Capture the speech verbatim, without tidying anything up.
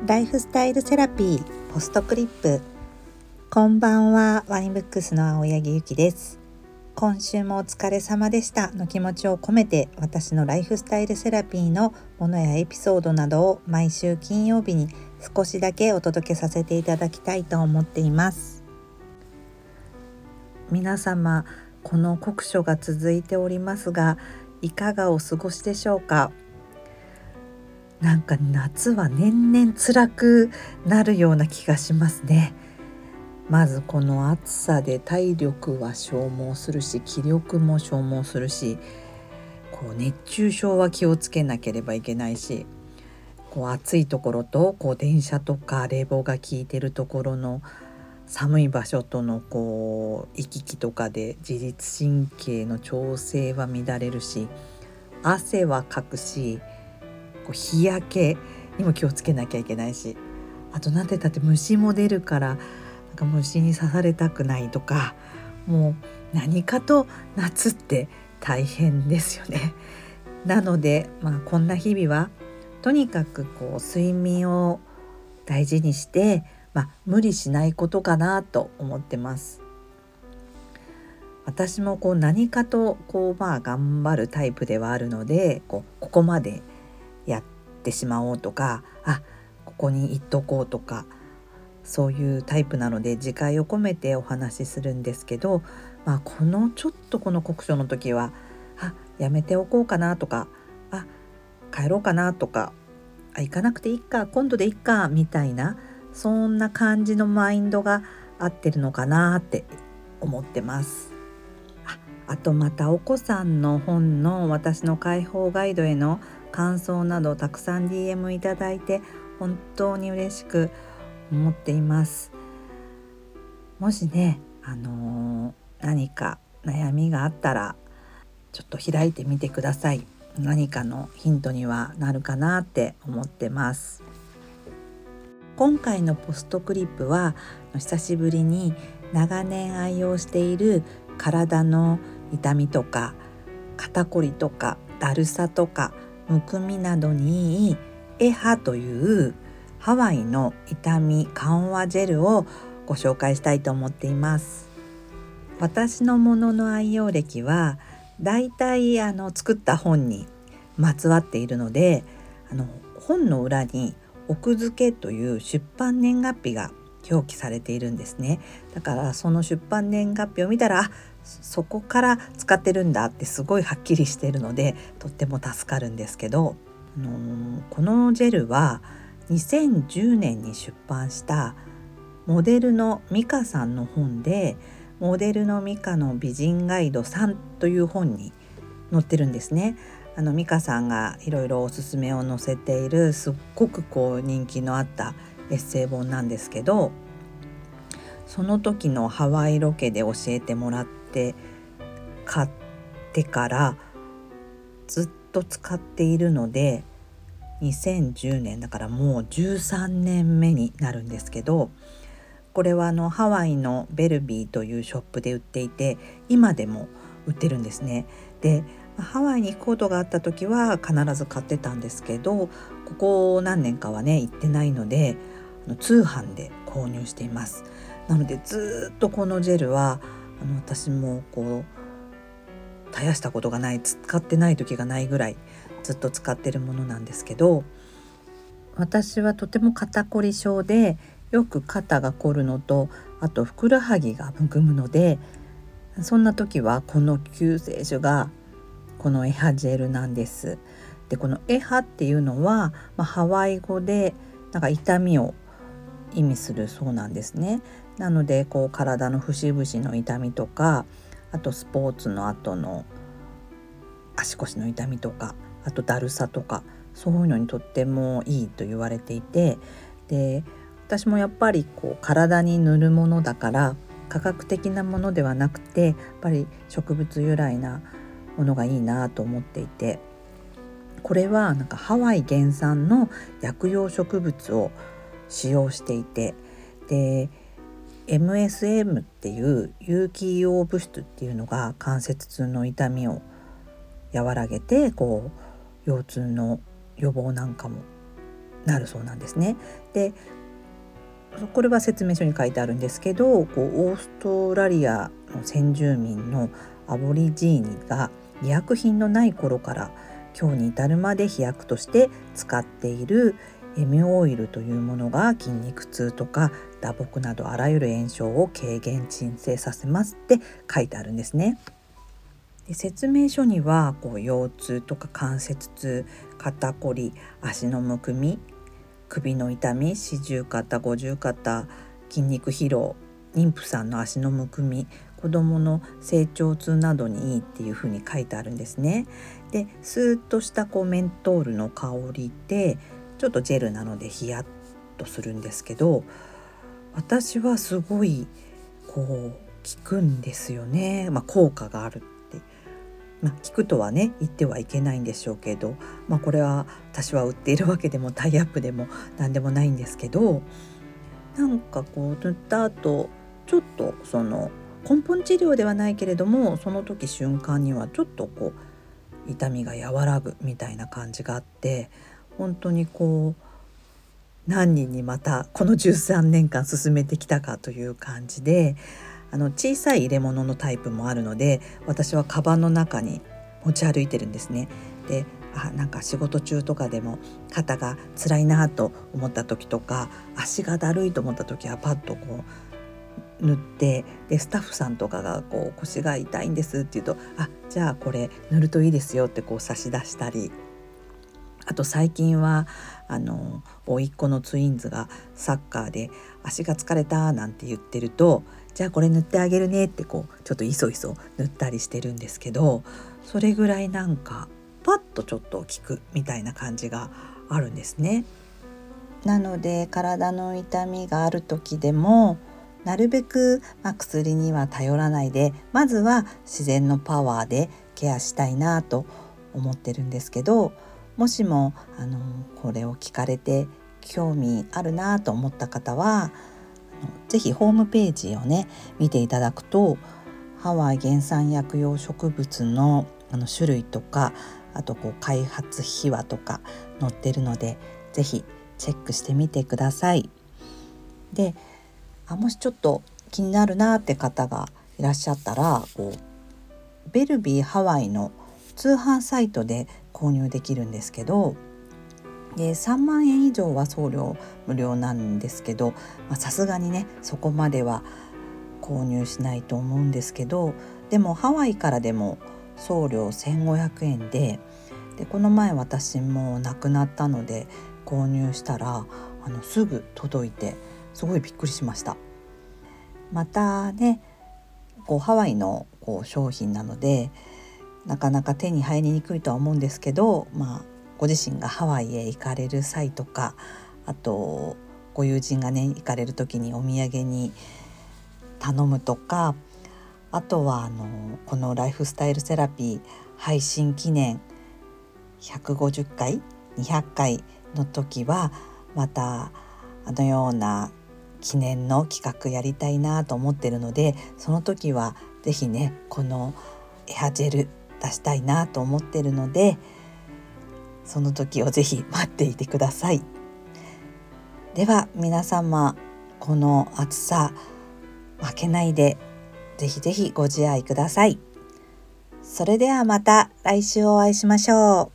ライフスタイルセラピーポストクリップ。こんばんは、ワニブックスの青柳ゆきです。今週もお疲れ様でしたの気持ちを込めて、私のライフスタイルセラピーのものやエピソードなどを毎週金曜日に少しだけお届けさせていただきたいと思っています。皆様、この酷暑が続いておりますが、いかがお過ごしでしょうか。なんか夏は年々辛くなるような気がしますね。まずこの暑さで体力は消耗するし、気力も消耗するし、こう熱中症は気をつけなければいけないし、こう暑いところとこう電車とか冷房が効いてるところの寒い場所とのこう行き来とかで自律神経の調整は乱れるし、汗はかくし、こう日焼けにも気をつけなきゃいけないし、あとなんて言ったって虫も出るから、なんか虫に刺されたくないとか、もう何かと夏って大変ですよね。なので、まあ、こんな日々はとにかくこう睡眠を大事にして、まあ、無理しないことかなと思ってます。私もこう何かとこう、まあ、頑張るタイプではあるので、こうここまでやってしまおうとか、あ、ここに行っとこうとか、そういうタイプなので自戒を込めてお話しするんですけど、まあ、このちょっとこの酷暑の時は、あ、やめておこうかなとか、あ、帰ろうかなとか、あ、行かなくていいか、今度でいいかみたいな、そんな感じのマインドが合ってるのかなって思ってます。あ、あとまたお子さんの本の私の解放ガイドへの感想などたくさん ディーエム いただいて本当に嬉しく思っています。もしね、あのー、何か悩みがあったらちょっと開いてみてください。何かのヒントにはなるかなって思ってます。今回のポストクリップは久しぶりに長年愛用している体の痛みとか肩こりとかだるさとかむくみなどにいいエハというハワイの痛み緩和ジェルをご紹介したいと思っています。私のものの愛用歴はだいたいあの作った本にまつわっているので、あの本の裏に奥付けという出版年月日が表記されているんですね。だからその出版年月日を見たら、あ、そこから使ってるんだってすごいはっきりしているので、とっても助かるんですけど、あのー、このジェルはにせんじゅうねんに出版したモデルのミカさんの本で、モデルのミカの美人ガイドさんという本に載ってるんですね。あのミカさんがいろいろおすすめを載せているすっごくこう人気のあったエッセイ本なんですけど、その時のハワイロケで教えてもらって買ってからずっと使っているので、にせんじゅうねんだからもうじゅうさんねんめになるんですけど、これはあのハワイのベルビーというショップで売っていて、今でも売ってるんですね。で、ハワイに行くことがあった時は必ず買ってたんですけど、ここ何年かはね行ってないので通販で購入しています。なのでずっとこのジェルはあの私もこう絶やしたことがない、使ってない時がないぐらいずっと使ってるものなんですけど、私はとても肩こり症でよく肩が凝るのと、あとふくらはぎがむくむので、そんな時はこの救世主がこのエハジェルなんです。で、このエハっていうのは、まあ、ハワイ語でなんか痛みを意味するそうなんですね。なのでこう体の節々の痛みとか、あとスポーツの後の足腰の痛みとか、あとだるさとか、そういうのにとってもいいと言われていて、で私もやっぱりこう体に塗るものだから科学的なものではなくて、やっぱり植物由来なものがいいなと思っていて、これはなんかハワイ原産の薬用植物を使用していて、で エムエスエム っていう有機硫黄物質っていうのが関節痛の痛みを和らげて、こう腰痛の予防なんかもなるそうなんですね。でこれは説明書に書いてあるんですけど、こうオーストラリアの先住民のアボリジーニが医薬品のない頃から今日に至るまで飛薬として使っているエミオイルというものが筋肉痛とか打撲などあらゆる炎症を軽減鎮静させますって書いてあるんですね。で説明書にはこう腰痛とか関節痛、肩こり、足のむくみ、首の痛み、四十肩、五十肩、筋肉疲労、妊婦さんの足のむくみ、子どもの成長痛などにいいっていうふうに書いてあるんですね。でスーッとしたこうメントールの香りでちょっとジェルなのでヒヤッとするんですけど、私はすごいこう効くんですよね。まあ、効果があるって、まあ、効くとはね言ってはいけないんでしょうけど、まあ、これは私は売っているわけでもタイアップでも何でもないんですけど、なんかこう塗った後ちょっとその根本治療ではないけれども、その時瞬間にはちょっとこう痛みが和らぐみたいな感じがあって、本当にこう何人にまたこのじゅうさんねんかん進めてきたかという感じで、あの小さい入れ物のタイプもあるので、私はカバンの中に持ち歩いてるんですね。であなんか仕事中とかでも肩が辛いなと思った時とか、足がだるいと思った時はパッとこう塗って、でスタッフさんとかがこう腰が痛いんですって言うと、あじゃあこれ塗るといいですよってこう差し出したり、あと最近はあの甥っ子のツインズがサッカーで足が疲れたなんて言ってると、じゃあこれ塗ってあげるねってこうちょっといそいそ塗ったりしてるんですけど、それぐらいなんかパッとちょっと効くみたいな感じがあるんですね。なので体の痛みがある時でもなるべく、まあ、薬には頼らないで、まずは自然のパワーでケアしたいなと思ってるんですけど、もしもあのこれを聞かれて興味あるなと思った方は、ぜひホームページをね見ていただくと、ハワイ原産薬用植物のあの種類とか、あとこう開発秘話とか載ってるので、ぜひチェックしてみてください。であもしちょっと気になるなって方がいらっしゃったら、こうベルビーハワイの通販サイトで購入できるんですけど、でさんまんえん以上は送料無料なんですけど、さすがにねそこまでは購入しないと思うんですけど、でもハワイからでも送料せんごひゃくえんで、でこの前私もなくなったので購入したらあのすぐ届いて、すごいびっくりしました。またねこうハワイのこう商品なのでなかなか手に入りにくいとは思うんですけど、まあ、ご自身がハワイへ行かれる際とか、あとご友人がね行かれる時にお土産に頼むとか、あとはあのこのライフスタイルセラピー配信記念ひゃくごじゅっかいにひゃっかいの時はまたあのような記念の企画やりたいなと思ってるので、その時はぜひねこのエアジェル出したいなと思ってるので、その時をぜひ待っていてください。では皆様、この暑さ負けないでぜひぜひご自愛ください。それではまた来週お会いしましょう。